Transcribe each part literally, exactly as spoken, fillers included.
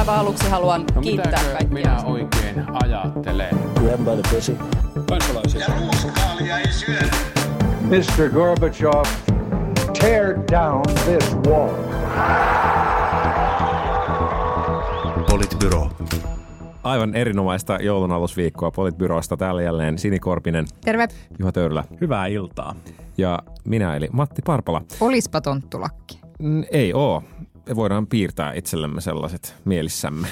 aivan aluksi haluan no, kiittää kaikkia. minä oikein ajattelen? Grab by the pussy. Kansalaisia. Ja ruuskaalia ei syödä. mister Gorbachev, tear down this wall. Politbyro. Aivan erinomaista joulunalusviikkoa Politbyrosta. Täällä jälleen Sini Korpinen. Terve. Juha Töyrylä. Hyvää iltaa. Ja minä eli Matti Parpala. Olispa tonttulakki. N- ei oo. Me voidaan piirtää itsellemme sellaiset mielissämme.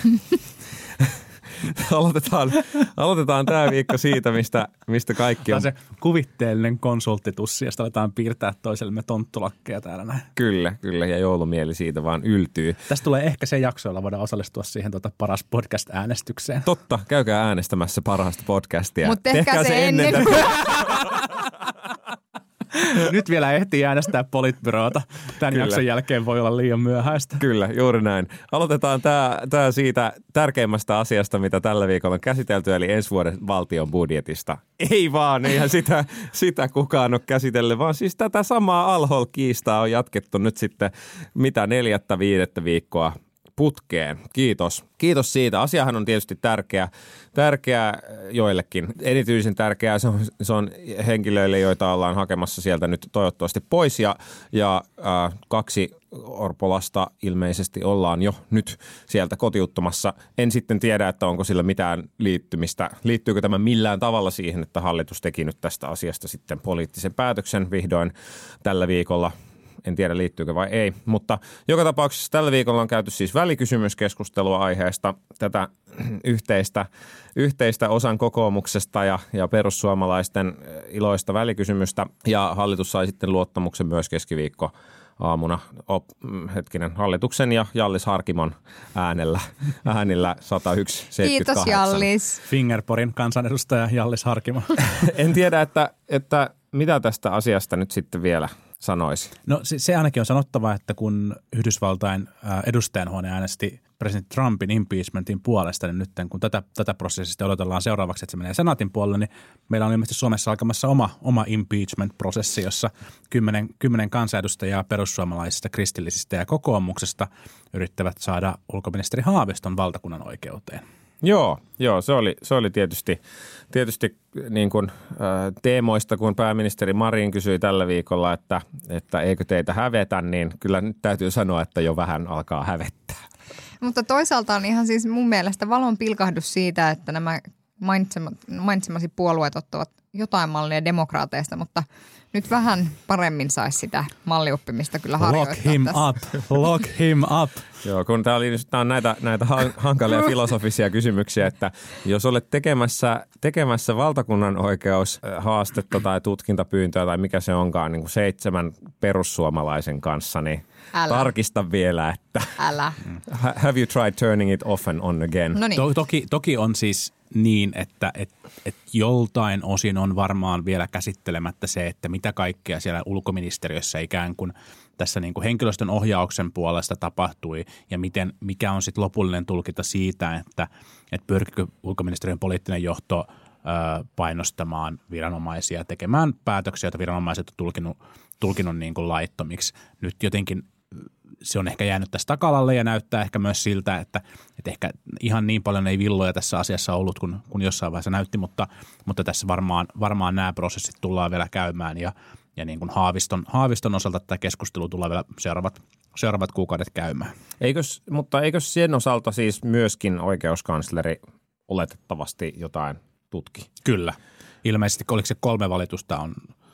aloitetaan aloitetaan tämä viikko siitä, mistä, mistä kaikki on. Tämä on se kuvitteellinen konsulttitussi, josta aletaan piirtää toisellemme tonttulakkeja täällä näin. Kyllä, kyllä. Ja joulumieli siitä vaan yltyy. Tästä tulee ehkä se jakso, jolla voidaan osallistua siihen tuota paras podcast-äänestykseen. Totta, käykää äänestämässä parhaasta podcastia. Mutta tehkää se ennen, ennen kuin... Nyt vielä ehtii äänestää Politbyroota. Tämän Kyllä. jakson jälkeen voi olla liian myöhäistä. Kyllä, juuri näin. Aloitetaan tämä, tämä siitä tärkeimmästä asiasta, mitä tällä viikolla on käsitelty, eli ensi vuoden valtion budjetista. Ei vaan, eihän sitä, sitä kukaan ole käsitellyt, vaan siis tätä samaa Al-Hol-kiistaa on jatkettu nyt sitten mitä neljättä viidettä viikkoa putkeen. Kiitos. Kiitos siitä. Asiahan on tietysti tärkeä, tärkeä joillekin. Erityisen tärkeää se on, se on henkilöille, joita ollaan hakemassa sieltä nyt toivottavasti pois. Ja, ja äh, kaksi orpolasta ilmeisesti ollaan jo nyt sieltä kotiuttamassa. En sitten tiedä, että onko sillä mitään liittymistä. Liittyykö tämä millään tavalla siihen, että hallitus teki nyt tästä asiasta sitten poliittisen päätöksen vihdoin tällä viikolla. En tiedä, liittyykö vai ei, mutta joka tapauksessa tällä viikolla on käyty siis välikysymyskeskustelua aiheesta, tätä yhteistä, yhteistä osan kokoomuksesta ja, ja perussuomalaisten iloista välikysymystä. Ja hallitus sai sitten luottamuksen myös keskiviikko aamuna, op, hetkinen, hallituksen ja Jallis Harkimon äänellä, äänillä sata yksi seitsemänkymmentäkahdeksan. Kiitos Jallis. Fingerporin kansanedustaja Jallis Harkimo. En tiedä, että, että mitä tästä asiasta nyt sitten vielä sanoisi. No se, se ainakin on sanottava, että kun Yhdysvaltain edustajanhuone äänesti presidentti Trumpin impeachmentin puolesta, niin nyt kun tätä, tätä prosessista odotellaan seuraavaksi, että se menee senaatin puolelle, niin meillä on ilmeisesti Suomessa alkamassa oma, oma impeachment-prosessi, jossa kymmenen, kymmenen kansanedustajaa perussuomalaisista, kristillisistä ja kokoomuksesta yrittävät saada ulkoministeri Haaviston valtakunnan oikeuteen. Joo, joo se, oli, se oli tietysti, tietysti niin kuin, äh, teemoista, kun pääministeri Marin kysyi tällä viikolla, että, että eikö teitä hävetä, niin kyllä nyt täytyy sanoa, että jo vähän alkaa hävettää. Mutta toisaalta on ihan siis mun mielestä valon pilkahdus siitä, että nämä mainitsemasi puolueet ottavat jotain mallia demokraateista, mutta nyt vähän paremmin saisi sitä mallioppimista kyllä harjoittaa. Lock him tässä. up, lock him up. Joo, kun tämä, oli, tämä on näitä, näitä hankalia filosofisia kysymyksiä, että jos olet tekemässä, tekemässä valtakunnan oikeushaastetta tai tutkintapyyntöä tai mikä se onkaan niin kuin seitsemän perussuomalaisen kanssa, niin Älä. tarkista vielä, että Älä. have you tried turning it off and on again? No niin. To, toki, toki on siis niin, että et, et joltain osin on varmaan vielä käsittelemättä se, että mitä kaikkea siellä ulkoministeriössä ikään kuin tässä niin kuin henkilöstön ohjauksen puolesta tapahtui ja miten, mikä on sitten lopullinen tulkinta siitä, että, että pyrkikö ulkoministeriön poliittinen johto ö, painostamaan viranomaisia tekemään päätöksiä, joita viranomaiset on tulkinut, tulkinut niin kuin laittomiksi. Nyt jotenkin se on ehkä jäänyt tässä takalalle ja näyttää ehkä myös siltä, että, että ehkä ihan niin paljon ei villoja tässä asiassa ollut kuin, kuin jossain vaiheessa näytti, mutta, mutta tässä varmaan, varmaan nämä prosessit tullaan vielä käymään ja, ja niin kuin Haaviston, Haaviston osalta tätä keskustelua tullaan vielä seuraavat, seuraavat kuukaudet käymään. Eikös, mutta eikös sen osalta siis myöskin oikeuskansleri oletettavasti jotain tutki? Kyllä. Ilmeisesti oliko se kolme valitusta on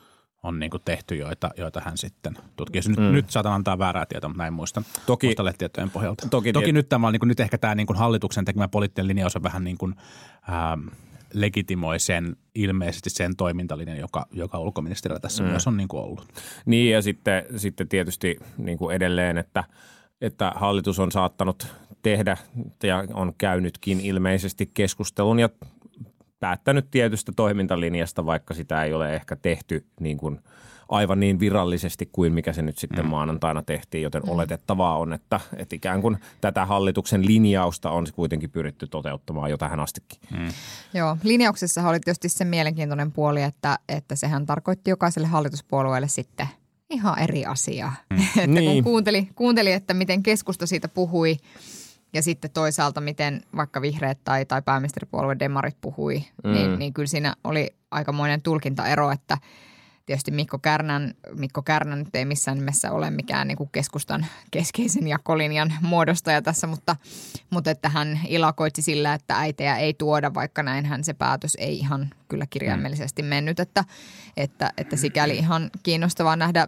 on niin kuin tehty, joita, joita hän sitten tutkii. Nyt, mm. nyt saatan antaa väärää tietoa, mutta näin muistan, toki, muistan tietojen pohjalta. Toki, toki nyt, tämä on, niin kuin, nyt ehkä tämä niin kuin hallituksen tekemä poliittinen linjaus on vähän niin kuin, ähm, legitimoi sen, ilmeisesti sen toimintalinjan, joka, joka ulkoministeriöllä tässä mm. myös on niin kuin ollut. Niin ja sitten, sitten tietysti niin kuin edelleen, että, että hallitus on saattanut tehdä ja on käynytkin ilmeisesti keskustelun ja päättänyt tietystä toimintalinjasta, vaikka sitä ei ole ehkä tehty niin kuin aivan niin virallisesti kuin mikä se nyt sitten mm. maanantaina tehtiin, joten mm. oletettavaa on, että, että ikään kuin tätä hallituksen linjausta on kuitenkin pyritty toteuttamaan jo tähän astikin. Mm. Joo, linjauksessa oli tietysti se mielenkiintoinen puoli, että, että sehän tarkoitti jokaiselle hallituspuolueelle sitten ihan eri asiaa. Mm. että niin. kun kuunteli, kuunteli, että miten keskusta siitä puhui ja sitten toisaalta miten vaikka vihreät tai, tai pääministeripuolue demarit puhui, mm. niin, niin kyllä siinä oli aikamoinen tulkintaero, että tietysti Mikko Kärnän, Mikko Kärnän nyt ei missään nimessä ole mikään niin kuin keskustan keskeisen jakolinjan muodostaja tässä, mutta, mutta että hän ilakoitsi sillä, että äitejä ei tuoda, vaikka näinhän se päätös ei ihan kyllä kirjaimellisesti mennyt, että, että, että sikäli ihan kiinnostavaa nähdä.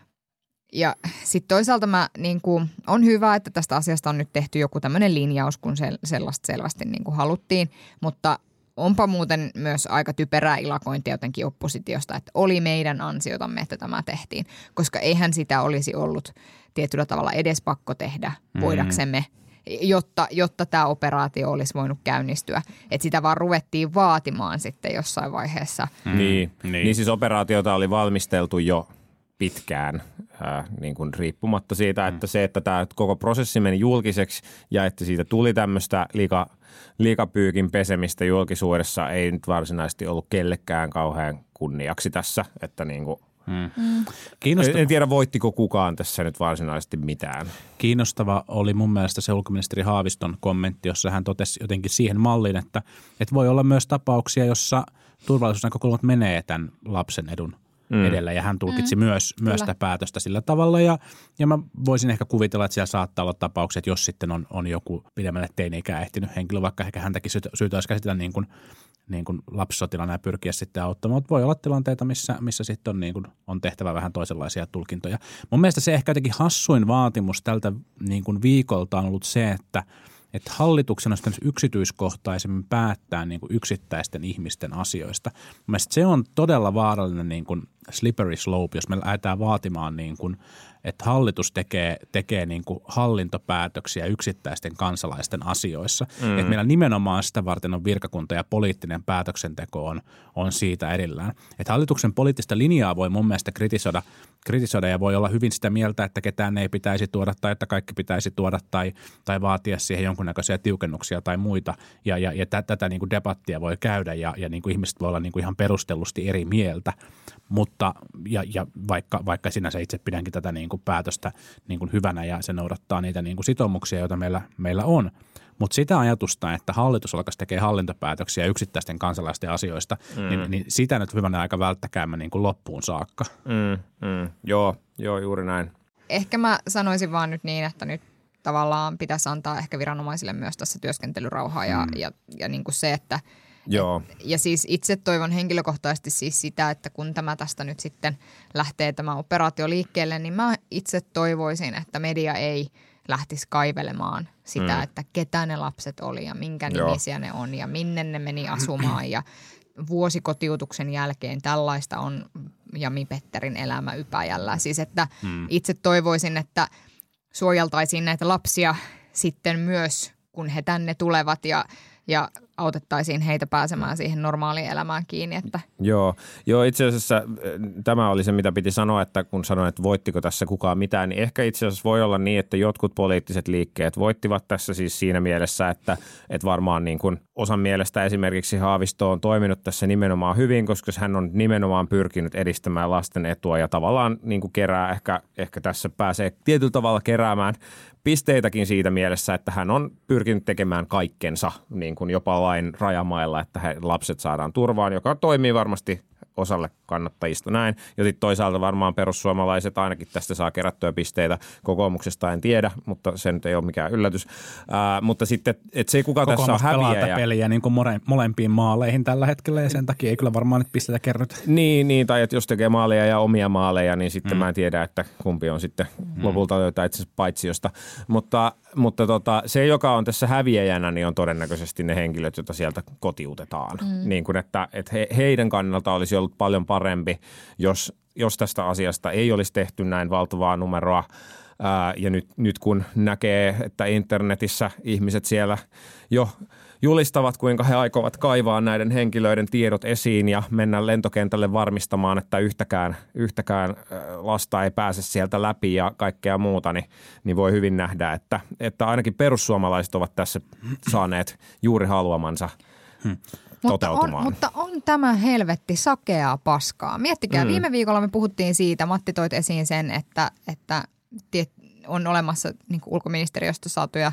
Ja sitten toisaalta mä, niin kuin, on hyvä, että tästä asiasta on nyt tehty joku tämmöinen linjaus, kun se, sellaista selvästi niin kuin haluttiin, mutta onpa muuten myös aika typerää ilakointia jotenkin oppositiosta, että oli meidän ansiotamme, että tämä tehtiin, koska eihän sitä olisi ollut tietyllä tavalla edes pakko tehdä voidaksemme, jotta, jotta tämä operaatio olisi voinut käynnistyä. Että sitä vaan ruvettiin vaatimaan sitten jossain vaiheessa. Mm. Niin, niin. niin siis operaatiota oli valmisteltu jo pitkään, äh, niin kuin riippumatta siitä, että se, että tämä koko prosessi meni julkiseksi ja että siitä tuli tämmöistä liika, liikapyykin pesemistä julkisuudessa, ei nyt varsinaisesti ollut kellekään kauhean kunniaksi tässä, että niin kuin Mm. En, en tiedä, voittiko kukaan tässä nyt varsinaisesti mitään. Kiinnostava oli mun mielestä se ulkoministeri Haaviston kommentti, jossa hän totesi jotenkin siihen malliin, että, että voi olla myös tapauksia, jossa turvallisuusnäkökulmat menee tämän lapsen edun mm. edellä. Ja hän tulkitsi mm. myös, myös sitä päätöstä sillä tavalla. Ja, ja mä voisin ehkä kuvitella, että siellä saattaa olla tapauksia, että jos sitten on, on joku pidemmälle teini-ikään ehtinyt henkilö, vaikka ehkä häntäkin syytä, syytä olisi käsitellä niin kuin niin kuin lapsisotilana ja pyrkiä sitten auttamaan. Mutta voi olla tilanteita, missä, missä sitten on, niin kuin, on tehtävä vähän toisenlaisia tulkintoja. Mun mielestä se ehkä jotenkin hassuin vaatimus tältä niin kuin viikolta on ollut se, että, että hallituksen on yksityiskohtaisemmin päättää niin kuin yksittäisten ihmisten asioista. Mun mielestä se on todella vaarallinen niin kuin slippery slope, jos me lähdetään vaatimaan niin kuin, että hallitus tekee, tekee niin kuin hallintopäätöksiä yksittäisten kansalaisten asioissa. Mm. Että meillä nimenomaan sitä varten on virkakunta ja poliittinen päätöksenteko on, on siitä erillään. Että hallituksen poliittista linjaa voi mun mielestä kritisoida, kritisoida ja voi olla hyvin sitä mieltä, että ketään ei pitäisi tuoda tai että kaikki pitäisi tuoda tai, tai vaatia siihen jonkunnäköisiä tiukennuksia tai muita. Ja, ja, ja tätä niin kuin debattia voi käydä ja, ja niin kuin ihmiset voi olla niin kuin ihan perustellusti eri mieltä. Mutta ja, ja vaikka, vaikka sinänsä itse pidänkin tätä niin kuin päätöstä niin kuin hyvänä ja se noudattaa niitä niin kuin sitoumuksia, joita meillä, meillä on. Mutta sitä ajatusta, että hallitus alkaisi tekee hallintopäätöksiä yksittäisten kansalaisten asioista, mm. niin, niin sitä nyt hyvänä aika välttäkäämme niin kuin loppuun saakka. Mm, mm. Joo, joo, juuri näin. Ehkä mä sanoisin vaan nyt niin, että nyt tavallaan pitäisi antaa ehkä viranomaisille myös tässä työskentelyrauhaa ja, mm. ja, ja niin kuin se, että Joo. Et, ja siis itse toivon henkilökohtaisesti siis sitä, että kun tämä tästä nyt sitten lähtee tämä operaatio liikkeelle, niin mä itse toivoisin, että media ei lähtisi kaivelemaan sitä, mm. että ketä ne lapset oli ja minkä nimisiä ne on ja minne ne meni asumaan ja vuosikotiutuksen jälkeen tällaista on Jami Petterin elämä Ypäjällä. Siis että mm. itse toivoisin, että suojeltaisiin näitä lapsia sitten myös, kun he tänne tulevat ja ja autettaisiin heitä pääsemään siihen normaaliin elämään kiinni. Että. Joo, joo, itse asiassa tämä oli se, mitä piti sanoa, että kun sanoin, että voittiko tässä kukaan mitään, niin ehkä itse asiassa voi olla niin, että jotkut poliittiset liikkeet voittivat tässä siis siinä mielessä, että, että varmaan niin kuin osan mielestä esimerkiksi Haavisto on toiminut tässä nimenomaan hyvin, koska hän on nimenomaan pyrkinyt edistämään lasten etua ja tavallaan niin kuin kerää, ehkä, ehkä tässä pääsee tietyllä tavalla keräämään pisteitäkin siitä mielessä, että hän on pyrkinyt tekemään kaikkensa niin kuin jopa lain rajamailla, että he, lapset saadaan turvaan, joka toimii varmasti osalle kannattajista näin. Ja sitten toisaalta varmaan perussuomalaiset ainakin tästä saa kerättyä pisteitä. Kokoomuksesta en tiedä, mutta se nyt ei ole mikään yllätys. Ää, mutta sitten, että se kuka tässä on häviäjä. Kokoomus pelaa peliä niin kuin molempiin maaleihin tällä hetkellä ja sen takia ei kyllä varmaan nyt pisteitä kerrytä. Niin, niin, tai että jos tekee maaleja ja omia maaleja, niin sitten mm. mä en tiedä, että kumpi on sitten mm. lopulta löytää itse asiassa paitsiosta. Mutta, mutta tota, se, joka on tässä häviäjänä, niin on todennäköisesti ne henkilöt, joita sieltä kotiutetaan. Mm. Niin kuin, että, että he, heidän kannalta olisi ollut paljon parempi, jos, jos tästä asiasta ei olisi tehty näin valtavaa numeroa. Ää, ja nyt, nyt kun näkee, että internetissä ihmiset siellä jo julistavat, kuinka he aikovat kaivaa näiden henkilöiden tiedot esiin ja mennä lentokentälle varmistamaan, että yhtäkään, yhtäkään lasta ei pääse sieltä läpi ja kaikkea muuta, niin, niin voi hyvin nähdä, että, että ainakin perussuomalaiset ovat tässä saaneet juuri haluamansa hmm. Mutta on, mutta on tämä helvetti sakeaa paskaa. Miettikää, mm. viime viikolla me puhuttiin siitä, Matti toit esiin sen, että, että on olemassa niin kuin ulkoministeriöstä saatuja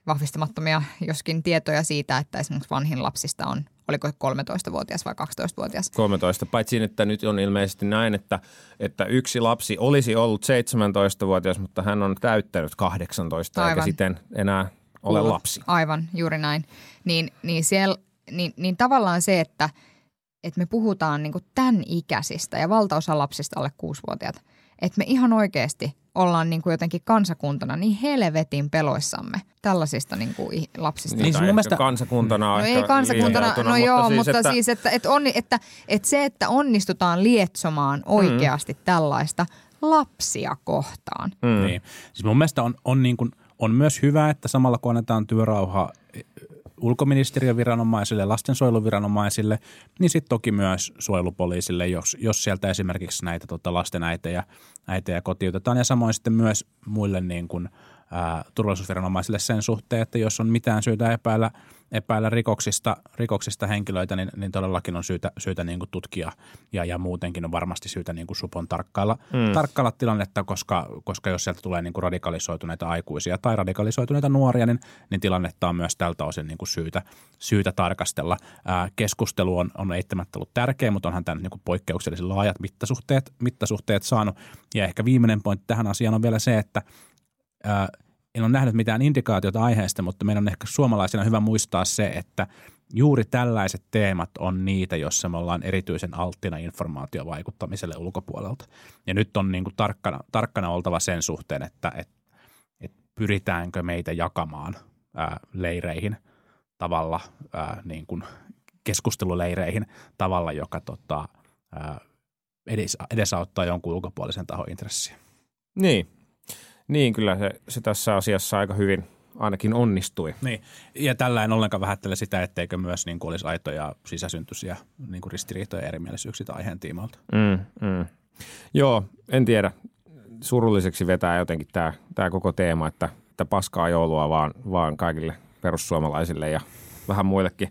vahvistamattomia joskin tietoja siitä, että esimerkiksi vanhin lapsista on, oliko kolmetoistavuotias vai kaksitoistavuotias? kolmetoista, paitsi että nyt on ilmeisesti näin, että, että yksi lapsi olisi ollut seitsemäntoistavuotias, mutta hän on täyttänyt kahdeksantoista, Aivan. eikä siten enää ole Kuulu. lapsi. Aivan, juuri näin. Niin, niin, siellä, niin, niin tavallaan se, että, että me puhutaan niin kuin tämän ikäisistä ja valtaosa lapsista alle kuusivuotiaat, että me ihan oikeasti ollaan niin kuin jotenkin kansakuntana niin helvetin peloissamme tällaisista niin kuin lapsista. Niin, Niin, tai mun ehkä mielestä- kansakuntana on No ehkä ei kansakuntana, liioiteltuna, no joo, siis, mutta että, siis, että, että, onni, että, että se, että onnistutaan lietsomaan oikeasti mm. tällaista lapsia kohtaan. Mm. Niin. Siis mun mielestä on, on, niin kuin, on myös hyvä, että samalla kun annetaan työrauha ulkoministeriön viranomaisille, lastensuojeluviranomaisille, niin sitten toki myös suojelupoliisille, jos, jos sieltä esimerkiksi näitä tota, lasten äitejä, äitejä kotiutetaan. Ja samoin sitten myös muille niin kuin, ää, turvallisuusviranomaisille sen suhteen, että jos on mitään syytä epäillä, epäillä rikoksista, rikoksista henkilöitä, niin, niin todellakin on syytä, syytä niin kuin tutkia ja, ja muutenkin on varmasti syytä niin kuin supon tarkkailla, mm. tarkkailla tilannetta, koska, koska jos sieltä tulee niin kuin radikalisoituneita aikuisia tai radikalisoituneita nuoria, niin, niin tilannetta on myös tältä osin niin kuin syytä, syytä tarkastella. Ää, keskustelu on, on eittämättä ollut tärkeä, mutta onhan tämä niin kuin poikkeuksellisen laajat mittasuhteet, mittasuhteet saanut. Ja ehkä viimeinen pointti tähän asiaan on vielä se, että ää, en ole nähnyt mitään indikaatiota aiheesta, mutta meidän on ehkä suomalaisina hyvä muistaa se, että juuri tällaiset teemat on niitä, joissa me ollaan erityisen alttina informaatiovaikuttamiselle ulkopuolelta. Ja nyt on niin kuin tarkkana, tarkkana oltava sen suhteen, että et, et pyritäänkö meitä jakamaan ää, leireihin tavalla, ää, niin kuin keskusteluleireihin tavalla, joka tota, ää, edes, edesauttaa jonkun ulkopuolisen tahon intressiä. Niin. Niin, kyllä se, se tässä asiassa aika hyvin ainakin onnistui. Niin, ja tällä en ollenkaan vähättele sitä, etteikö myös niin kuin olisi aitoja sisäsyntyisiä niin kuin ristiriitoja ja erimielisyyksiä aiheen tiimoilta. Mm, mm. Joo, en tiedä. Surulliseksi vetää jotenkin tämä, tämä koko teema, että, että paskaa joulua vaan, vaan kaikille perussuomalaisille ja vähän muillekin.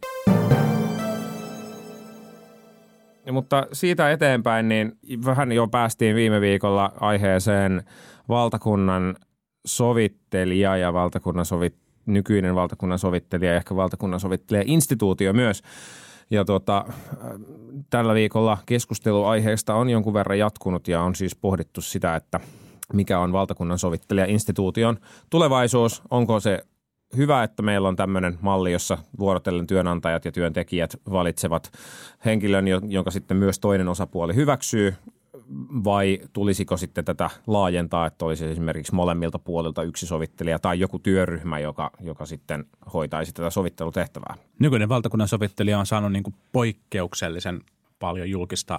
Ja, mutta siitä eteenpäin, niin vähän jo päästiin viime viikolla aiheeseen valtakunnan sovittelija ja valtakunnan sovit, nykyinen valtakunnan sovittelija ja ehkä valtakunnan sovittelija instituutio myös. Ja tuota, tällä viikolla keskustelu aiheesta on jonkun verran jatkunut ja on siis pohdittu sitä, että mikä on valtakunnan sovittelija instituution tulevaisuus. Onko se hyvä, että meillä on tämmöinen malli, jossa vuorotellen työnantajat ja työntekijät valitsevat henkilön, jonka sitten myös toinen osapuoli hyväksyy, vai tulisiko sitten tätä laajentaa, että olisi esimerkiksi molemmilta puolilta yksi sovittelija tai joku työryhmä, joka, joka sitten hoitaisi tätä sovittelutehtävää? Nykyinen valtakunnan sovittelija on saanut niin kuin poikkeuksellisen paljon julkista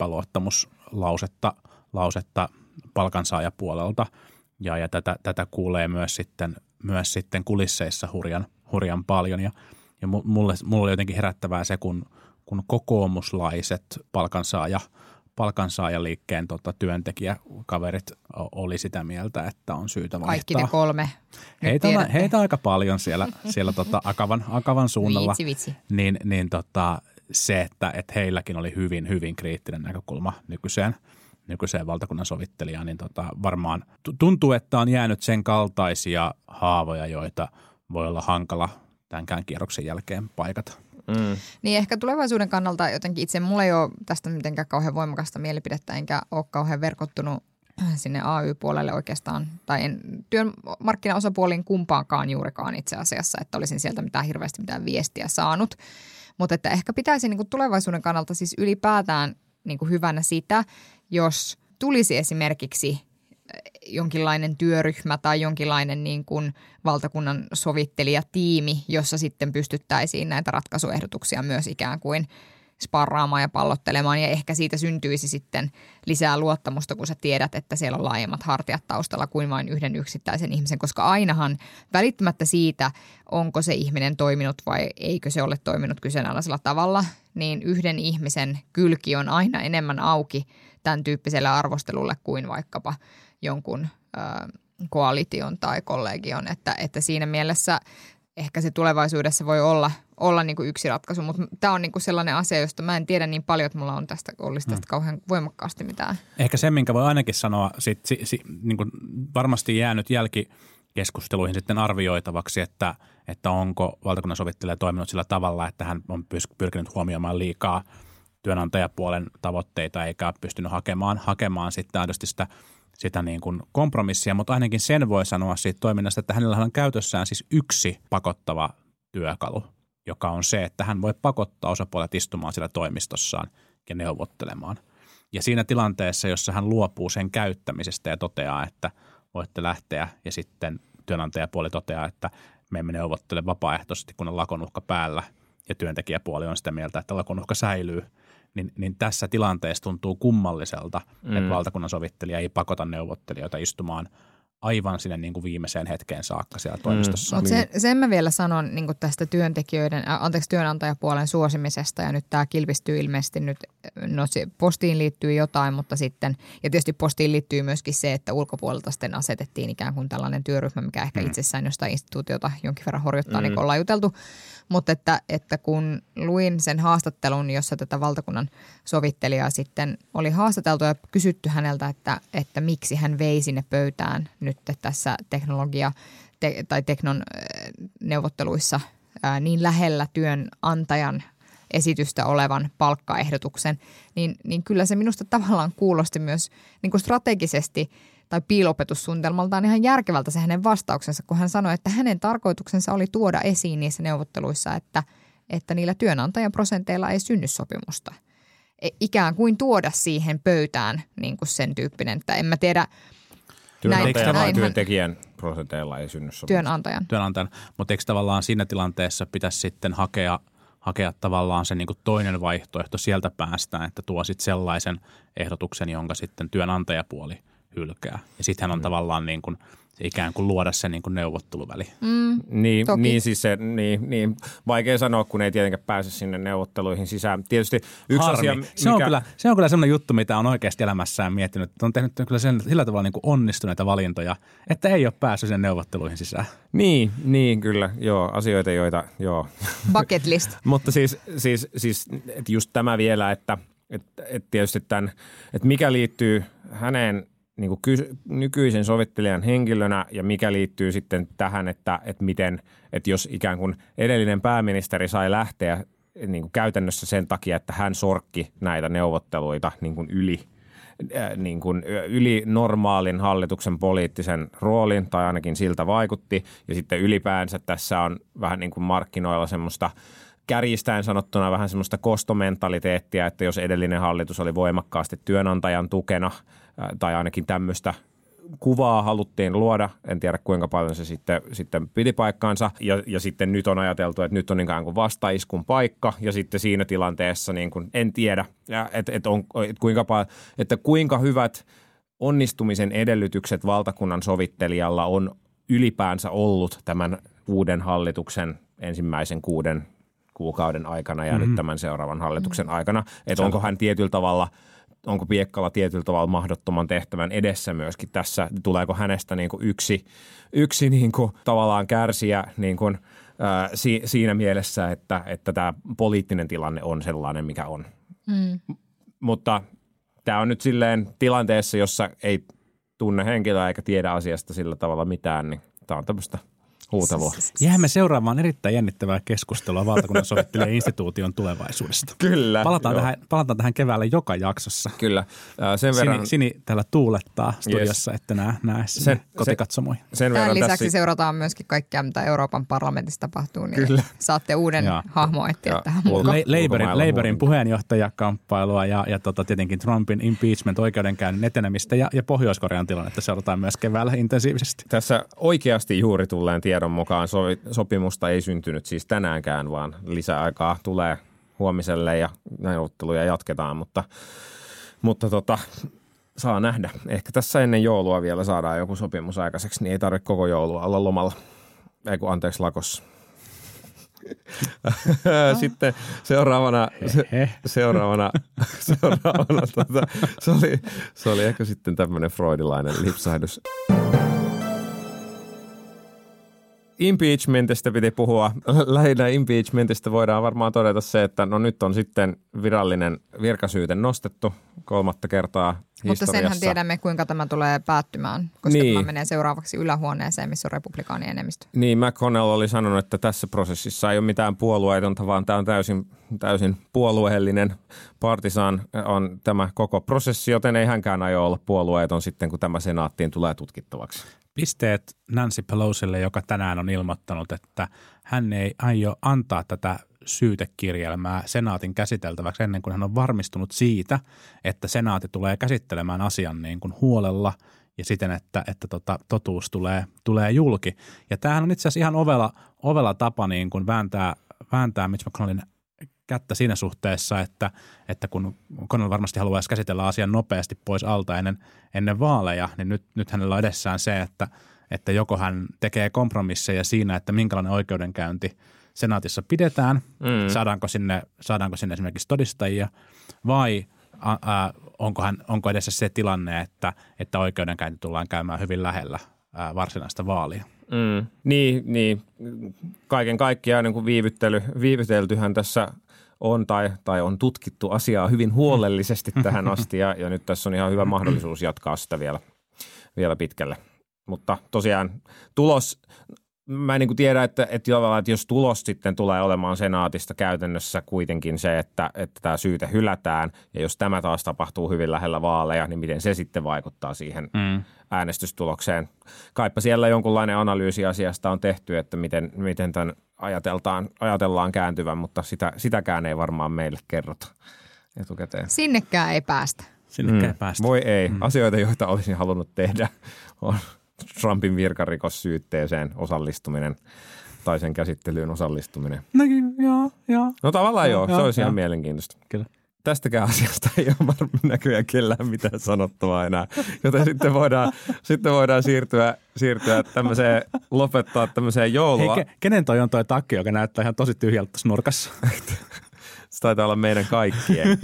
epäluottamuslausetta lausetta palkansaajapuolelta ja, ja tätä, tätä kuulee myös sitten, myös sitten kulisseissa hurjan, hurjan paljon ja, ja mulle, mulle oli jotenkin herättävää se, kun, kun kokoomuslaiset palkansaaja palkansaajaliikkeen tota, työntekijäkaverit oli sitä mieltä, että on syytä vaihtaa. Kaikki te kolme. Heitä on, heitä on aika paljon siellä, siellä tota, Akavan, Akavan suunnalla. Vitsi, vitsi. Niin, niin tota, se, että, että heilläkin oli hyvin, hyvin kriittinen näkökulma nykyiseen, nykyiseen valtakunnan sovittelijaan, niin tota, varmaan tuntuu, että on jäänyt sen kaltaisia haavoja, joita voi olla hankala tämänkään kierroksen jälkeen paikata. Mm. Niin ehkä tulevaisuuden kannalta jotenkin itse mulla ei ole tästä mitenkään kauhean voimakasta mielipidettä, enkä ole kauhean verkottunut sinne A Y-puolelle oikeastaan, tai en työmarkkinaosapuolin kumpaankaan juurikaan itse asiassa, että olisin sieltä mitään hirveästi mitään viestiä saanut. Mutta että ehkä pitäisi niin kuin tulevaisuuden kannalta siis ylipäätään niin kuin hyvänä sitä, jos tulisi esimerkiksi jonkinlainen työryhmä tai jonkinlainen niin kuin valtakunnan sovittelijatiimi, jossa sitten pystyttäisiin näitä ratkaisuehdotuksia myös ikään kuin sparraamaan ja pallottelemaan ja ehkä siitä syntyisi sitten lisää luottamusta, kun sä tiedät, että siellä on laajemmat hartiat taustalla kuin vain yhden yksittäisen ihmisen, koska ainahan välittämättä siitä, onko se ihminen toiminut vai eikö se ole toiminut kyseenalaisella tavalla, niin yhden ihmisen kylki on aina enemmän auki tämän tyyppiselle arvostelulle kuin vaikkapa jonkun ö, koalition tai kollegion, että, että siinä mielessä ehkä se tulevaisuudessa voi olla, olla niin kuin yksi ratkaisu, mutta tämä on niin kuin sellainen asia, josta mä en tiedä niin paljon, että mulla on tästä, olisi tästä kauhean voimakkaasti mitään. Ehkä se, minkä voi ainakin sanoa, sit, si, si, niin kuin varmasti jäänyt jälki, keskusteluihin sitten arvioitavaksi, että, että onko valtakunnan sovittelija toiminut sillä tavalla, että hän on pyrkinyt huomioimaan liikaa työnantajapuolen tavoitteita eikä ole pystynyt hakemaan, hakemaan sitten aidosti sitä, sitä niin kuin kompromissia, mutta ainakin sen voi sanoa siitä toiminnasta, että hänellä on käytössään siis yksi pakottava työkalu, joka on se, että hän voi pakottaa osapuolet istumaan siellä toimistossaan ja neuvottelemaan. Ja siinä tilanteessa, jossa hän luopuu sen käyttämisestä ja toteaa, että voitte lähteä ja sitten työnantajapuoli toteaa, että me emme neuvottele vapaaehtoisesti, kun on lakonuhka päällä ja työntekijäpuoli on sitä mieltä, että lakonuhka säilyy, niin, niin tässä tilanteessa tuntuu kummalliselta, mm. että valtakunnan sovittelija ei pakota neuvottelijoita istumaan aivan sinne niin kuin viimeiseen hetkeen saakka siellä toimistossa. Mm. Sen, sen mä vielä sanon niin kuin tästä työntekijöiden, äh, anteeksi työnantajapuolen suosimisesta ja nyt tämä kilpistyy ilmeisesti nyt, no se postiin liittyy jotain, mutta sitten, ja tietysti postiin liittyy myöskin se, että ulkopuolelta sitten asetettiin ikään kuin tällainen työryhmä, mikä ehkä mm. itsessään jostain instituutiota jonkin verran horjuttaa, mm. niin kuin ollaan juteltu. Mutta että, että kun luin sen haastattelun, jossa tätä valtakunnan sovittelijaa sitten oli haastateltu ja kysytty häneltä, että, että miksi hän vei sinne pöytään nyt tässä teknologia- te, tai teknon neuvotteluissa ää, niin lähellä työnantajan esitystä olevan palkkaehdotuksen, niin, niin kyllä se minusta tavallaan kuulosti myös niin kuin strategisesti tai piilopetussuunnitelmaltaan ihan järkevältä se hänen vastauksensa, kun hän sanoi, että hänen tarkoituksensa oli tuoda esiin niissä neuvotteluissa, että, että niillä työnantajan prosenteilla ei synny sopimusta. Ikään kuin tuoda siihen pöytään niin kuin sen tyyppinen, että en mä tiedä. Työnantajan vai työntekijän prosenteilla ei synny sopimusta? Työnantajan. Työnantajan, mutta eikö tavallaan siinä tilanteessa pitäisi sitten hakea, hakea tavallaan se niin kuin toinen vaihtoehto sieltä päästään, että tuo sitten sellaisen ehdotuksen, jonka sitten työnantajapuoli hylkää. Ja sitten hän on mm. tavallaan niin kuin, ikään kuin luoda se niin kuin neuvotteluväli. Mm, niin, niin, siis se, niin, niin, vaikea sanoa, kun ei tietenkään pääse sinne neuvotteluihin sisään. Tietysti yksi Harmi. asia, mikä... Se on kyllä, se on kyllä sellainen juttu, mitä on oikeasti elämässään miettinyt. On tehnyt kyllä sen, sillä tavalla niin kuin onnistuneita valintoja, että ei ole päässyt sinne neuvotteluihin sisään. Niin, niin kyllä. Joo, asioita, joita, joo. Bucket list. Mutta siis, siis, siis että just tämä vielä, että, että, että tietysti tämän, että mikä liittyy häneen niin kuin ky- nykyisen sovittelijan henkilönä ja mikä liittyy sitten tähän, että, että miten, että jos ikään kuin edellinen pääministeri sai lähteä niin kuin käytännössä sen takia, että hän sorkki näitä neuvotteluita niin kuin yli, äh, niin kuin yli normaalin hallituksen poliittisen roolin tai ainakin siltä vaikutti ja sitten ylipäänsä tässä on vähän niin kuin markkinoilla semmoista kärjistäen sanottuna vähän semmoista kostomentaliteettia, että jos edellinen hallitus oli voimakkaasti työnantajan tukena tai ainakin tämmöistä kuvaa haluttiin luoda, en tiedä kuinka paljon se sitten, sitten piti paikkaansa ja, ja sitten nyt on ajateltu, että nyt on ikään kuin vastaiskun paikka ja sitten siinä tilanteessa niin kuin en tiedä, että, että, on, että, kuinka, että kuinka hyvät onnistumisen edellytykset valtakunnan sovittelijalla on ylipäänsä ollut tämän uuden hallituksen ensimmäisen kuuden kuukauden aikana ja mm-hmm. nyt tämän seuraavan hallituksen mm-hmm. aikana, että onko hän tietyllä tavalla, onko Piekkala tietyllä tavalla mahdottoman tehtävän edessä myöskin tässä, tuleeko hänestä niin kuin yksi, yksi niin kuin tavallaan kärsijä niin kuin, ää, si, siinä mielessä, että, että tämä poliittinen tilanne on sellainen, mikä on. Mm. Mutta tämä on nyt silleen tilanteessa, jossa ei tunne henkilöä eikä tiedä asiasta sillä tavalla mitään, niin tämä on tämmöistä huutelua. Jäämme seuraamaan erittäin jännittävää keskustelua valtakunnan sovittelijan instituution tulevaisuudesta. Kyllä. Palataan tähän, palataan tähän keväällä joka jaksossa. Kyllä. Äh, sen verran... Sini, Sini täällä tuulettaa studiossa, yes. että nää, näe sen, kotikatsomoihin. Sen Tämän lisäksi tässä... seurataan myöskin kaikkea, mitä Euroopan parlamentissa tapahtuu, niin Kyllä. saatte uuden ja. hahmon etsiä tähän mukaan. Labourin, Labourin puheenjohtajakamppailua ja, ja tota, tietenkin Trumpin impeachment oikeudenkäynnin etenemistä ja, ja Pohjois-Korean tilannetta seurataan myös keväällä intensiivisesti. Tässä oikeasti juuri tulleen tiedon mukaan sopimusta ei syntynyt siis tänäänkään, vaan lisäaikaa tulee huomiselle ja neuvotteluja jatketaan, mutta, mutta tota, saa nähdä. Ehkä tässä ennen joulua vielä saadaan joku sopimus aikaiseksi, niin ei tarvitse koko joulua olla lomalla. Ei kun anteeksi lakossa. Sitten seuraavana, se, seuraavana, seuraavana tota, se, oli, se oli ehkä sitten tämmöinen freudilainen lipsahdus. Impeachmentista piti puhua. Lähinnä impeachmentista voidaan varmaan todeta se, että no nyt on sitten virallinen virkasyyte nostettu kolmatta kertaa historiassa. Mutta senhän tiedämme, kuinka tämä tulee päättymään, koska niin. tämä menee seuraavaksi ylähuoneeseen, missä on republikaanien enemmistö. Niin, McConnell oli sanonut, että tässä prosessissa ei ole mitään puolueetonta, vaan tämä on täysin, täysin puolueellinen partisan on tämä koko prosessi, joten ei hänkään aio olla puolueeton sitten, kun tämä senaattiin tulee tutkittavaksi. Pisteet Nancy Pelosille, joka tänään on ilmoittanut, että hän ei aio antaa tätä syytekirjelmää senaatin käsiteltäväksi ennen kuin hän on varmistunut siitä, että senaatti tulee käsittelemään asian niin kuin huolella ja siten, että, että tota, totuus tulee, tulee julki. Ja tämähän on itse asiassa ihan ovela, ovela tapa niin kuin vääntää, vääntää Mitch McConnellin kättä siinä suhteessa, että, että kun McConnell varmasti haluaisi käsitellä asian nopeasti pois alta ennen, ennen vaaleja, niin nyt, nyt hänellä on edessään se, että, että joko hän tekee kompromisseja siinä, että minkälainen oikeudenkäynti senaatissa pidetään, mm. saadaanko, sinne, saadaanko sinne esimerkiksi todistajia vai ä, ä, onko, hän, onko edessä se tilanne, että, että oikeudenkäynti tullaan käymään hyvin lähellä ä, varsinaista vaalia. Mm. Niin, niin, kaiken kaikkiaan niin kuin viivyttely, viivyteltyhän tässä on tai, tai on tutkittu asiaa hyvin huolellisesti tähän asti ja, ja nyt tässä on ihan hyvä mahdollisuus jatkaa sitä vielä, vielä pitkälle. Mutta tosiaan tulos, mä en niin kuin tiedä, että, että, että jos tulos sitten tulee olemaan senaatista käytännössä kuitenkin se, että, että tämä syyte hylätään ja jos tämä taas tapahtuu hyvin lähellä vaaleja, niin miten se sitten vaikuttaa siihen mm. äänestystulokseen. Kaipa siellä jonkunlainen analyysi asiasta on tehty, että miten, miten tämän ajateltaan, ajatellaan kääntyvän, mutta sitä, sitäkään ei varmaan meille kerrota etukäteen. Sinnekään ei päästä. Sinnekään mm. ei päästä. Voi ei. Mm. Asioita, joita olisin halunnut tehdä, on Trumpin virkarikossyytteeseen osallistuminen tai sen käsittelyyn osallistuminen. No joo, joo. No tavallaan joo, joo se olisi joo. ihan mielenkiintoista. Kyllä. Tästäkään asiasta ei ole varmaan näköjään kellään mitään sanottavaa enää, joten sitten voidaan, sitten voidaan siirtyä, siirtyä tämmöiseen, lopettaa tämmöiseen joulua. Hei, ke, kenen toi on toi takki, joka näyttää ihan tosi tyhjältä tuossa nurkassa? Se taitaa olla meidän kaikkien.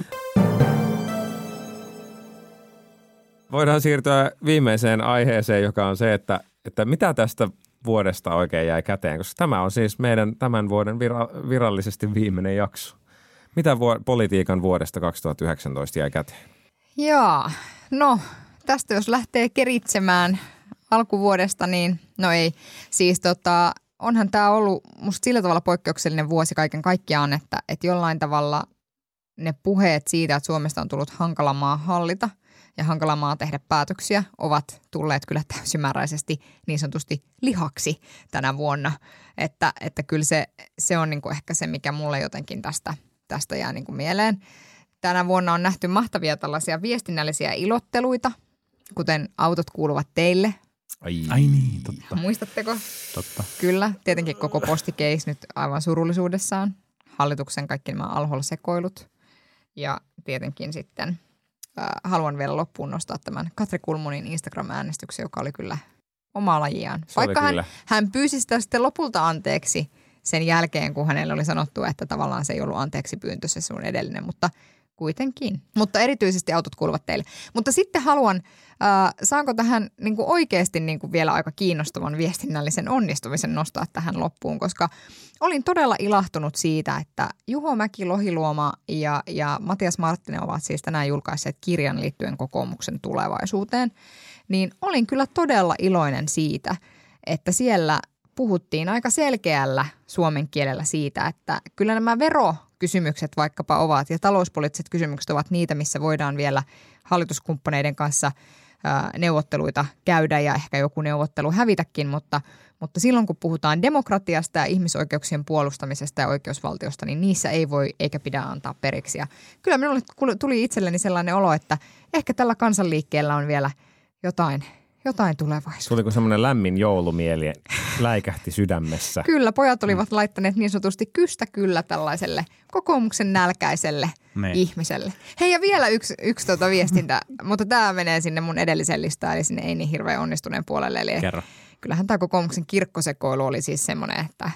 Voidaan siirtyä viimeiseen aiheeseen, joka on se, että, että mitä tästä vuodesta oikein jäi käteen, koska tämä on siis meidän tämän vuoden vira- virallisesti viimeinen jakso. Mitä vu- politiikan vuodesta kaksituhattayhdeksäntoista jäi käteen? Joo, no tästä jos lähtee keritsemään alkuvuodesta, niin no ei. Siis tota, onhan tämä ollut musta sillä tavalla poikkeuksellinen vuosi kaiken kaikkiaan, että, että jollain tavalla ne puheet siitä, että Suomesta on tullut hankala maa hallita ja hankala maa tehdä päätöksiä, ovat tulleet kyllä täysimääräisesti niin sanotusti lihaksi tänä vuonna. Että, että kyllä se, se on niinku ehkä se, mikä mulle jotenkin tästä Tästä jää niin kuin mieleen. Tänä vuonna on nähty mahtavia tällaisia viestinnällisiä ilotteluita, kuten autot kuuluvat teille. Ai, Ai niin, totta. Muistatteko? Totta. Kyllä, tietenkin koko postikeis nyt aivan surullisuudessaan. Hallituksen kaikki nämä Al-Hol-sekoilut. Ja tietenkin sitten äh, haluan vielä loppuun nostaa tämän Katri Kulmunin Instagram-äänestyksen, joka oli kyllä omaa lajiaan. Se Vaikka hän, kyllä. hän pyysi sitä sitten lopulta anteeksi sen jälkeen, kun hänelle oli sanottu, että tavallaan se ei ollut anteeksi pyyntö se sun edellinen, mutta kuitenkin. Mutta erityisesti autot kuuluvat teille. Mutta sitten haluan, äh, saanko tähän niin kuin oikeasti niin kuin vielä aika kiinnostavan viestinnällisen onnistumisen nostaa tähän loppuun, koska olin todella ilahtunut siitä, että Juho Mäki-Lohiluoma ja, ja Matias Marttinen ovat siis tänään julkaisseet kirjan liittyen kokoomuksen tulevaisuuteen, niin olin kyllä todella iloinen siitä, että siellä puhuttiin aika selkeällä suomen kielellä siitä, että kyllä nämä verokysymykset vaikkapa ovat ja talouspoliittiset kysymykset ovat niitä, missä voidaan vielä hallituskumppaneiden kanssa ää, neuvotteluita käydä ja ehkä joku neuvottelu hävitäkin, mutta, mutta silloin kun puhutaan demokratiasta ja ihmisoikeuksien puolustamisesta ja oikeusvaltiosta, niin niissä ei voi eikä pidä antaa periksi. Ja kyllä minulle tuli itselleni sellainen olo, että ehkä tällä kansanliikkeellä on vielä jotain Jotain tulevaisuutta. Tuliko semmoinen lämmin joulumieli läikähti sydämessä? Kyllä, pojat olivat laittaneet niin sanotusti kystä kyllä tällaiselle kokoomuksen nälkäiselle ne. ihmiselle. Hei ja vielä yksi, yksi tuota viestintä, mutta tämä menee sinne mun edelliseen listaan, eli sinne ei niin hirveän onnistuneen puolelle. Eli Kerro. Kyllähän tämä kokoomuksen kirkkosekoilu oli siis semmoinen, että...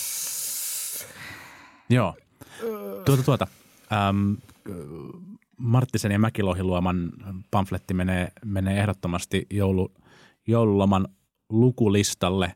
Joo. Tuota tuota. Ähm, Marttisen ja Mäki-Lohiluoman pamfletti menee, menee ehdottomasti joulu, joululoman lukulistalle.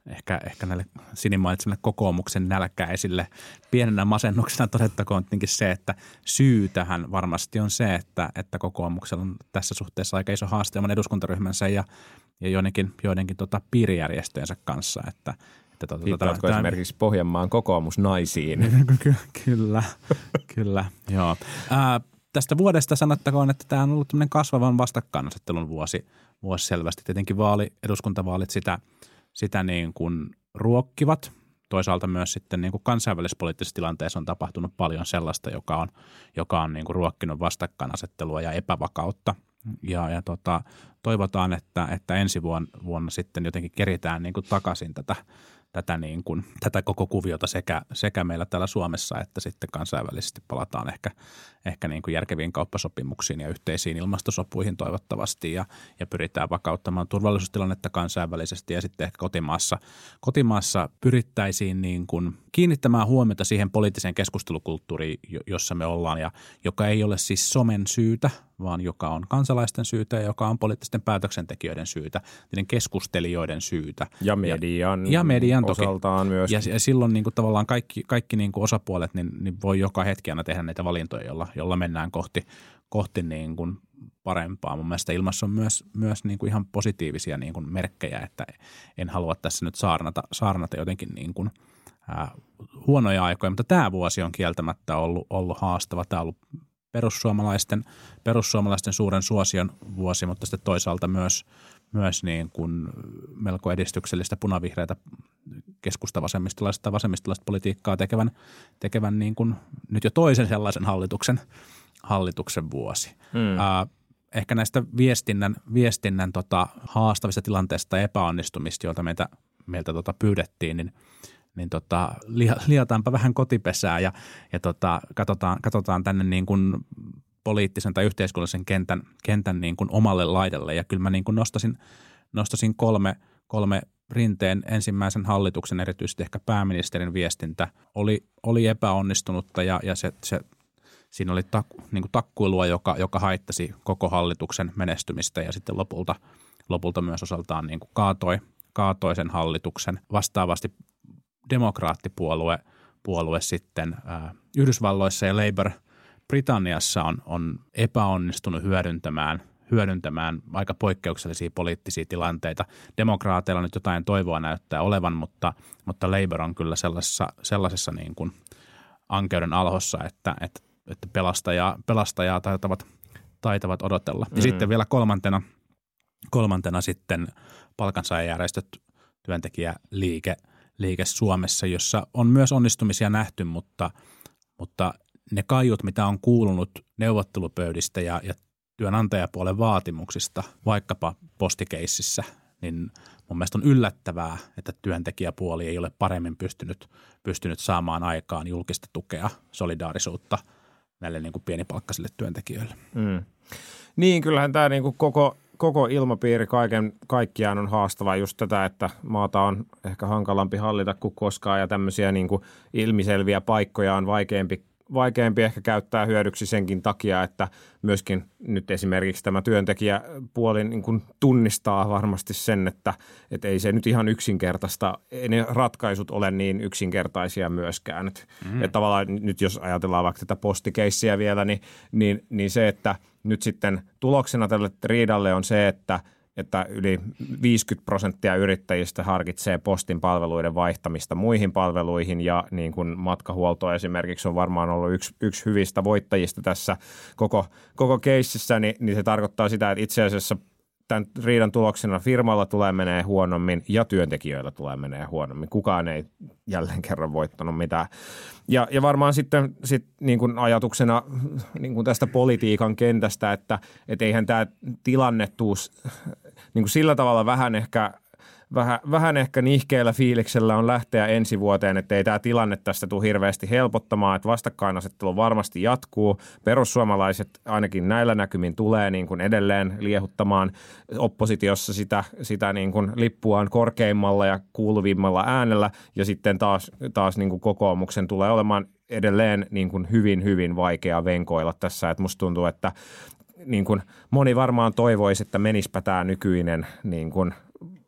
ehkä, ehkä näille sinimaitsemille kokoomuksen nälkäisille pienenä masennuksena todettakoon tietenkin se, että syy tähän varmasti on se, että, että kokoomuksella on tässä suhteessa aika iso haaste oman eduskuntaryhmänsä ja, ja joidenkin, joidenkin tota piirijärjestöjensä kanssa, että Että tuota, Viittaatko tämä, esimerkiksi Pohjanmaan kokoomusnaisiin? Kyllä, kyllä, joo. Ää, tästä vuodesta sanottakoon, että tämä on ollut tämmöinen kasvavan vastakkainasettelun vuosi, vuosi selvästi. Tietenkin vaali, eduskuntavaalit sitä, sitä niin kuin ruokkivat. Toisaalta myös sitten niin kuin kansainvälisessä poliittisessa tilanteessa on tapahtunut paljon sellaista, joka on, joka on niin kuin ruokkinut vastakkainasettelua ja epävakautta. Ja, ja tota, toivotaan, että, että ensi vuonna, vuonna sitten jotenkin keritään niin kuin takaisin tätä, tätä, niin kuin, tätä koko kuviota sekä, sekä meillä täällä Suomessa että sitten kansainvälisesti palataan ehkä, ehkä niin kuin järkeviin kauppasopimuksiin ja yhteisiin ilmastosopuihin toivottavasti ja, ja pyritään vakauttamaan turvallisuustilannetta kansainvälisesti ja sitten ehkä kotimaassa, kotimaassa pyrittäisiin niin kuin kiinnittämään huomiota siihen poliittiseen keskustelukulttuuriin, jossa me ollaan ja joka ei ole siis somen syytä, vaan joka on kansalaisten syytä ja joka on poliittisten päätöksentekijöiden syytä, niiden keskustelijoiden syytä. Ja median, ja, ja median toki. Osaltaan myös. Ja, ja silloin niin kuin tavallaan kaikki, kaikki niin kuin osapuolet niin, niin voi joka hetki aina tehdä näitä valintoja, jolla, jolla mennään kohti, kohti niin kuin parempaa. Mun mielestä ilmassa on myös, myös niin kuin ihan positiivisia niin kuin merkkejä, että en halua tässä nyt saarnata, saarnata jotenkin niin kuin, ää, huonoja aikoja, mutta tämä vuosi on kieltämättä ollut, ollut haastava. Tämä on ollut perussuomalaisten, perussuomalaisten suuren suosion vuosi, mutta sitten toisaalta myös, myös niin kuin melko edistyksellistä punavihreätä keskustavasemmistolaista vasemmistolaista politiikkaa tekevän, tekevän niin kuin nyt jo toisen sellaisen hallituksen, hallituksen vuosi. Hmm. Äh, ehkä näistä viestinnän, viestinnän tota, haastavista tilanteista ja epäonnistumista, joita meiltä, meiltä tota pyydettiin, niin niin tota, liataanpa vähän kotipesää ja, ja tota, katsotaan, katsotaan tänne niin kuin poliittisen tai yhteiskunnallisen kentän, kentän niin kuin omalle laidelle. Ja kyllä mä niin kuin nostasin, nostasin kolme, kolme Rinteen ensimmäisen hallituksen, erityisesti ehkä pääministerin viestintä, oli, oli epäonnistunutta ja, ja se, se, siinä oli tak, niin kuin takkuilua, joka, joka haittasi koko hallituksen menestymistä ja sitten lopulta, lopulta myös osaltaan niin kuin kaatoi, kaatoi sen hallituksen. Vastaavasti demokraattipuolue puolue sitten ää, Yhdysvalloissa ja Labour Britanniassa on, on epäonnistunut hyödyntämään, hyödyntämään aika poikkeuksellisia poliittisia tilanteita. Demokraateilla nyt jotain toivoa näyttää olevan, mutta, mutta Labour on kyllä sellaisessa, sellaisessa niin kuin ankeuden alhossa, että, että, että pelastajaa, pelastajaa taitavat, taitavat odotella. Mm-hmm. Ja sitten vielä kolmantena, kolmantena sitten palkansaajajärjestöt, työntekijäliike, liike Suomessa, jossa on myös onnistumisia nähty, mutta, mutta ne kaiut, mitä on kuulunut neuvottelupöydistä ja, ja työnantajapuolen vaatimuksista, vaikkapa postikeississä, niin mun mielestä on yllättävää, että työntekijäpuoli ei ole paremmin pystynyt, pystynyt saamaan aikaan julkista tukea, solidaarisuutta näille niin kuin pienipalkkaisille työntekijöille. Mm. Niin, kyllähän tämä niin kuin koko... Koko ilmapiiri kaiken kaikkiaan on haastava just tätä, että maata on ehkä hankalampi hallita kuin koskaan ja tämmöisiä niin kuin ilmiselviä paikkoja on vaikeampi, vaikeampi ehkä käyttää hyödyksi senkin takia, että myöskin nyt esimerkiksi tämä työntekijäpuoli niin kuin tunnistaa varmasti sen, että, että ei se nyt ihan yksinkertaista, ei ne ratkaisut ole niin yksinkertaisia myöskään. Mm. Että tavallaan nyt jos ajatellaan vaikka tätä postikeissiä vielä, niin, niin, niin se, että nyt sitten tuloksena tälle riidalle on se, että, että yli viisikymmentä prosenttia yrittäjistä harkitsee postin palveluiden vaihtamista muihin palveluihin ja niin kuin matkahuolto esimerkiksi on varmaan ollut yksi, yksi hyvistä voittajista tässä koko, koko keississä, niin, niin se tarkoittaa sitä, että itse asiassa tämän riidan tuloksena firmalla tulee menee huonommin ja työntekijöillä tulee menee huonommin. Kukaan ei jälleen kerran voittanut mitään. Ja, ja varmaan sitten sit niin kuin ajatuksena niin kuin tästä politiikan kentästä, että et eihän tämä tilanne tuu niin kuin sillä tavalla vähän ehkä, vähän, vähän ehkä nihkeellä fiiliksellä on lähteä ensi vuoteen, että ei tämä tilanne tästä tule hirveästi helpottamaan, että vastakkainasettelu varmasti jatkuu. Perussuomalaiset ainakin näillä näkymin tulee niin kuin edelleen liehuttamaan oppositiossa sitä, sitä niin kuin lippuaan korkeimmalla ja kuuluvimmalla äänellä ja sitten taas, taas niin kuin kokoomuksen tulee olemaan edelleen niin kuin hyvin, hyvin vaikea venkoilla tässä, että musta tuntuu, että niin kuin moni varmaan toivoisi, että menispä tämä nykyinen niin kuin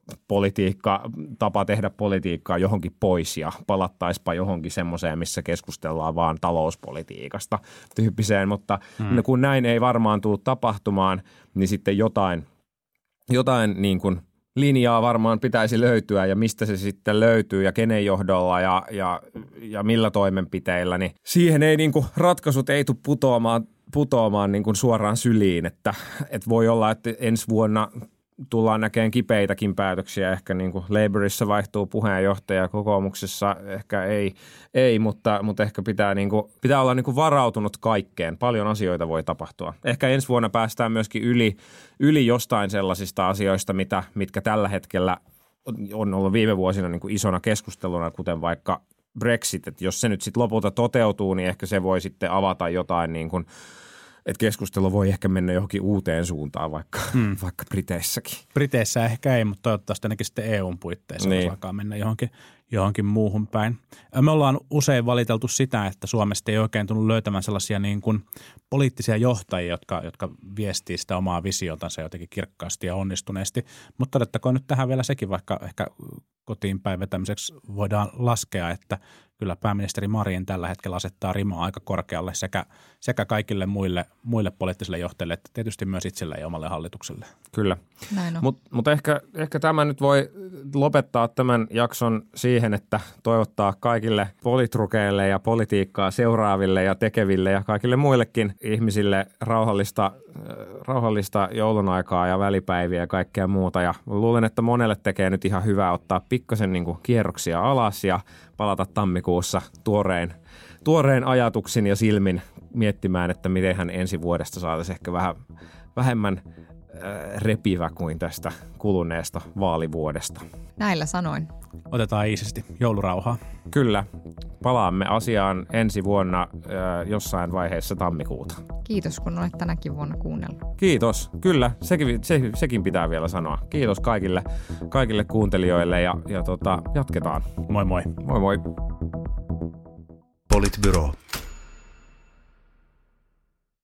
politiikka, tapa tehdä politiikkaa johonkin pois ja palattaispa johonkin semmoiseen, missä keskustellaan vaan talouspolitiikasta tyyppiseen, mutta hmm. kun näin ei varmaan tule tapahtumaan, niin sitten jotain, jotain niin kuin linjaa varmaan pitäisi löytyä ja mistä se sitten löytyy ja kenen johdolla ja, ja, ja millä toimenpiteillä, niin siihen ei niin kuin ratkaisut ei tule putoamaan, putoamaan niin kuin suoraan syliin, että, että voi olla, että ensi vuonna tullaan näkemään kipeitäkin päätöksiä. Ehkä niin kuin Labourissa vaihtuu puheenjohtaja, kokoomuksessa ehkä ei, ei mutta, mutta ehkä pitää, niin kuin, pitää olla niin kuin varautunut kaikkeen. Paljon asioita voi tapahtua. Ehkä ensi vuonna päästään myöskin yli, yli jostain sellaisista asioista, mitä, mitkä tällä hetkellä on ollut viime vuosina niin kuin isona keskusteluna, kuten vaikka Brexit. Että jos se nyt sitten lopulta toteutuu, niin ehkä se voi sitten avata jotain niin kuin että keskustelu voi ehkä mennä johonkin uuteen suuntaan, vaikka, hmm. vaikka Briteissäkin. Briteissä ehkä ei, mutta toivottavasti ainakin sitten E U:n puitteissa niin alkaa mennä johonkin, johonkin muuhun päin. Me ollaan usein valiteltu sitä, että Suomesta ei oikein tullut löytämään sellaisia niin kuin poliittisia johtajia, jotka, jotka viestii sitä omaa visiotansa jotenkin kirkkaasti ja onnistuneesti. Mutta todettakoon nyt tähän vielä sekin, vaikka ehkä kotiin päin vetämiseksi voidaan laskea, että kyllä pääministeri Marin tällä hetkellä asettaa rimaa aika korkealle sekä, sekä kaikille muille, muille poliittisille johtajille, että tietysti myös itselleen ja omalle hallitukselle. Kyllä, Näin on. mutta mut ehkä, ehkä tämä nyt voi lopettaa tämän jakson siihen, että toivottaa kaikille politrukeille ja politiikkaa seuraaville ja tekeville ja kaikille muillekin ihmisille rauhallista, rauhallista joulun aikaa ja välipäiviä ja kaikkea muuta. Ja luulen, että monelle tekee nyt ihan hyvä ottaa pikkasen niin kuin kierroksia alas ja palata tammikuussa tuorein, tuorein ajatuksin ja silmin miettimään, että mitenhän ensi vuodesta saataisiin ehkä vähän vähemmän äh, repivä kuin tästä kuluneesta vaalivuodesta. Näillä sanoin. Otetaan iisisti joulurauhaa. Kyllä, palaamme asiaan ensi vuonna äh, jossain vaiheessa tammikuuta. Kiitos, kun olet tänäkin vuonna kuunnellut. Kiitos. Kyllä, sekin, se, sekin pitää vielä sanoa. Kiitos kaikille, kaikille kuuntelijoille ja, ja tota, jatketaan. Moi moi. Moi moi. Politbyro.